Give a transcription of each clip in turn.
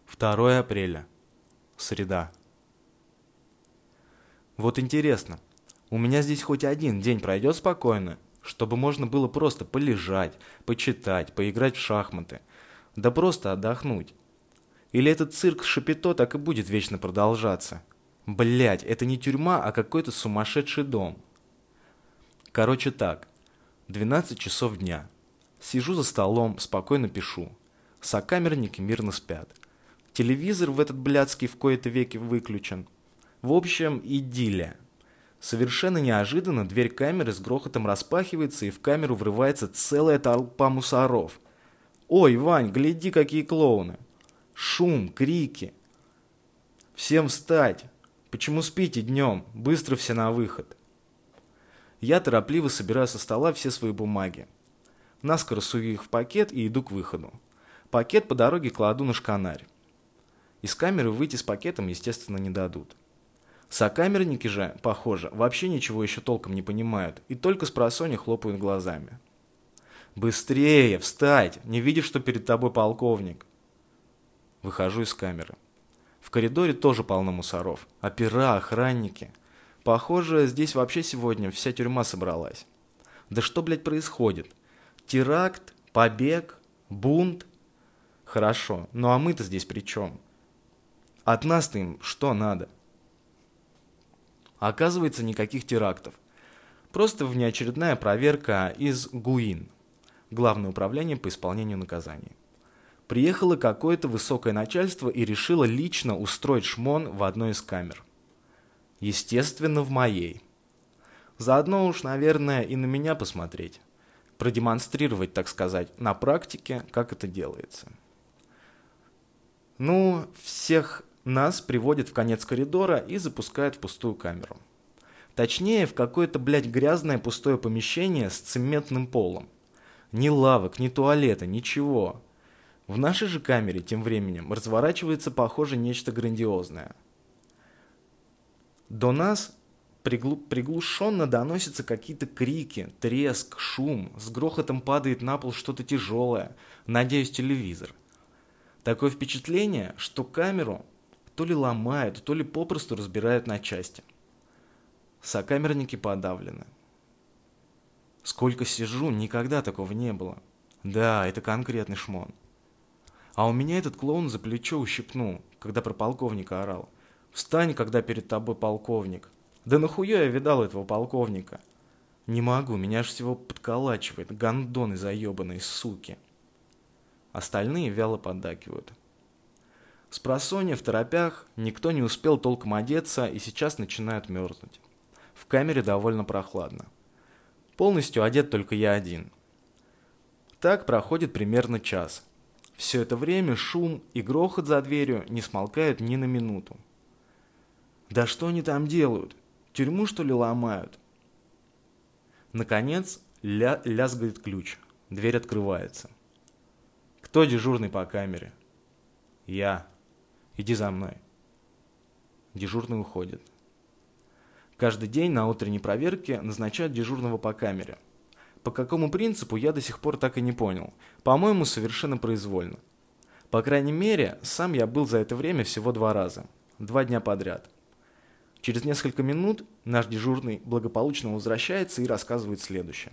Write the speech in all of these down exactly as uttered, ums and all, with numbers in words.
второе апреля. Среда. Вот интересно, у меня здесь хоть один день пройдет спокойно, чтобы можно было просто полежать, почитать, поиграть в шахматы, да просто отдохнуть. Или этот цирк Шапито так и будет вечно продолжаться? Блять, это не тюрьма, а какой-то сумасшедший дом. Короче так, двенадцать часов дня. Сижу за столом, спокойно пишу. Сокамерники мирно спят. Телевизор в этот блядский в кои-то веки выключен. В общем, идиллия. Совершенно неожиданно дверь камеры с грохотом распахивается, и в камеру врывается целая толпа мусоров. «Ой, Вань, гляди, какие клоуны!» Шум, крики. «Всем встать! Почему спите днем? Быстро все на выход!» Я торопливо собираю со стола все свои бумаги. Наскоро сую их в пакет и иду к выходу. Пакет по дороге кладу на шканарь. Из камеры выйти с пакетом, естественно, не дадут. Сокамерники же, похоже, вообще ничего еще толком не понимают и только спросонья хлопают глазами. «Быстрее! Встать! Не видишь, что перед тобой полковник?» Выхожу из камеры. В коридоре тоже полно мусоров. Опера, охранники. Похоже, здесь вообще сегодня вся тюрьма собралась. Да что, блядь, происходит? Теракт? Побег? Бунт? Хорошо, ну а мы-то здесь при чем? От нас-то им что надо? Оказывается, никаких терактов. Просто внеочередная проверка из ГУИН, Главное управление по исполнению наказаний. Приехало какое-то высокое начальство и решило лично устроить шмон в одной из камер. Естественно, в моей. Заодно уж, наверное, и на меня посмотреть. Продемонстрировать, так сказать, на практике, как это делается. Ну, всех нас приводят в конец коридора и запускают в пустую камеру. Точнее, в какое-то, блядь, грязное пустое помещение с цементным полом. Ни лавок, ни туалета, ничего. В нашей же камере тем временем разворачивается, похоже, нечто грандиозное. До нас приглу- приглушенно доносятся какие-то крики, треск, шум, с грохотом падает на пол что-то тяжелое, надеюсь, телевизор. Такое впечатление, что камеру то ли ломают, то ли попросту разбирают на части. Сокамерники подавлены. Сколько сижу, никогда такого не было. Да, это конкретный шмон. А у меня этот клоун за плечо ущипнул, когда про полковника орал. «Встань, когда перед тобой полковник». Да нахуя я видал этого полковника? Не могу, меня аж всего подколачивает, гондоны заебанные, суки. Остальные вяло поддакивают. Спросонья в торопях, никто не успел толком одеться и сейчас начинают мерзнуть. В камере довольно прохладно. Полностью одет только я один. Так проходит примерно час. Все это время шум и грохот за дверью не смолкают ни на минуту. Да что они там делают? Тюрьму, что ли, ломают? Наконец, ля- лязгает ключ. Дверь открывается. Кто дежурный по камере? Я. Иди за мной. Дежурный уходит. Каждый день на утренней проверке назначают дежурного по камере. По какому принципу, я до сих пор так и не понял. По-моему, совершенно произвольно. По крайней мере, сам я был за это время всего два раза. Два дня подряд. Через несколько минут наш дежурный благополучно возвращается и рассказывает следующее.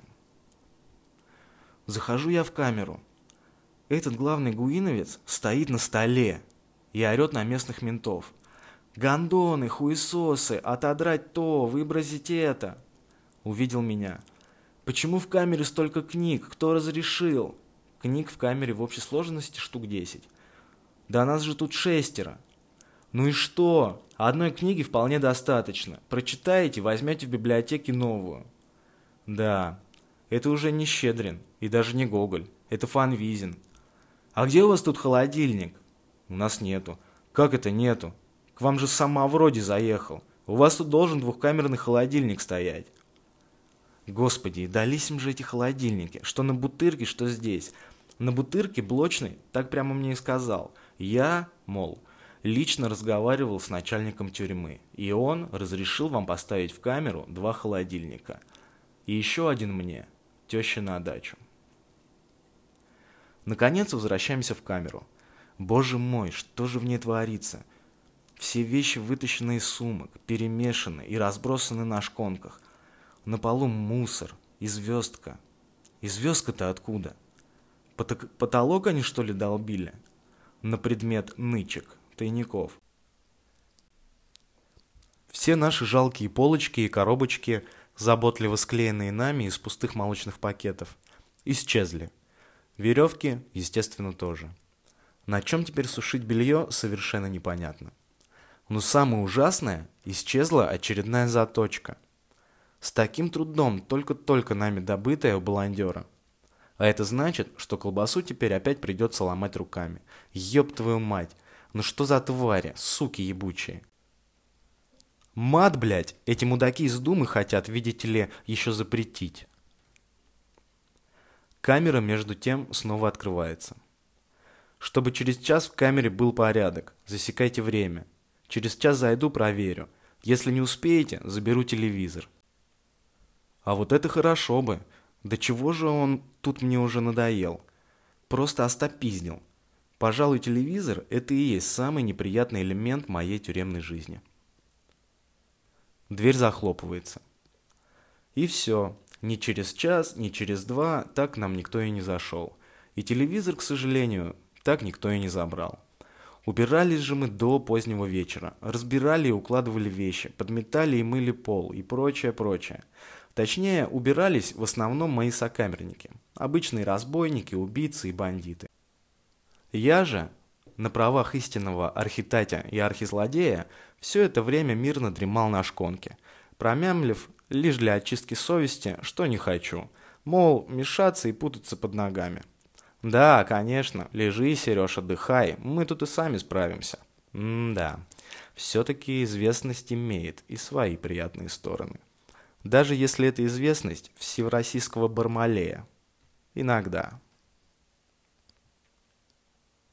Захожу я в камеру. Этот главный гуиновец стоит на столе и орет на местных ментов. «Гондоны, хуесосы, отодрать то, выбросить это!» Увидел меня. «Почему в камере столько книг? Кто разрешил?» Книг в камере в общей сложности штук десять. «Да нас же тут шестеро!» «Ну и что? Одной книги вполне достаточно. Прочитаете, возьмете в библиотеке новую». «Да, это уже не Щедрин и даже не Гоголь. Это Фанвизин». «А где у вас тут холодильник?» «У нас нету». «Как это нету? К вам же сама вроде заехал. У вас тут должен двухкамерный холодильник стоять». Господи, дались им же эти холодильники, что на Бутырке, что здесь. На Бутырке блочный так прямо мне и сказал. Я, мол, лично разговаривал с начальником тюрьмы, и он разрешил вам поставить в камеру два холодильника. И еще один мне, теще на дачу. Наконец возвращаемся в камеру. Боже мой, что же в ней творится? Все вещи вытащены из сумок, перемешаны и разбросаны на шконках. На полу мусор и звездка. И звездка-то откуда? Пот- потолок они, что ли, долбили? На предмет нычек, тайников. Все наши жалкие полочки и коробочки, заботливо склеенные нами из пустых молочных пакетов, исчезли. Веревки, естественно, тоже. На чем теперь сушить белье, совершенно непонятно. Но самое ужасное, исчезла очередная заточка. С таким трудом, только-только нами добытая у баландера. А это значит, что колбасу теперь опять придется ломать руками. Ёб твою мать, ну что за твари, суки ебучие. Мат, блядь, эти мудаки из Думы хотят, видите ли, еще запретить. Камера, между тем, снова открывается. Чтобы через час в камере был порядок, засекайте время. Через час зайду, проверю. Если не успеете, заберу телевизор. А вот это хорошо бы. Да чего же он тут мне уже надоел? Просто остопизнил. Пожалуй, телевизор – это и есть самый неприятный элемент моей тюремной жизни. Дверь захлопывается. И все. Ни через час, ни через два так к нам никто и не зашел. И телевизор, к сожалению, так никто и не забрал. Убирались же мы до позднего вечера. Разбирали и укладывали вещи, подметали и мыли пол и прочее, прочее. Точнее, убирались в основном мои сокамерники. Обычные разбойники, убийцы и бандиты. Я же, на правах истинного архитатя и архизлодея, все это время мирно дремал на шконке, промямлив лишь для очистки совести, что не хочу, мол, мешаться и путаться под ногами. Да, конечно, лежи, Сереж, отдыхай, мы тут и сами справимся. М-да, все-таки известность имеет и свои приятные стороны. Даже если это известность всероссийского Бармалея. Иногда.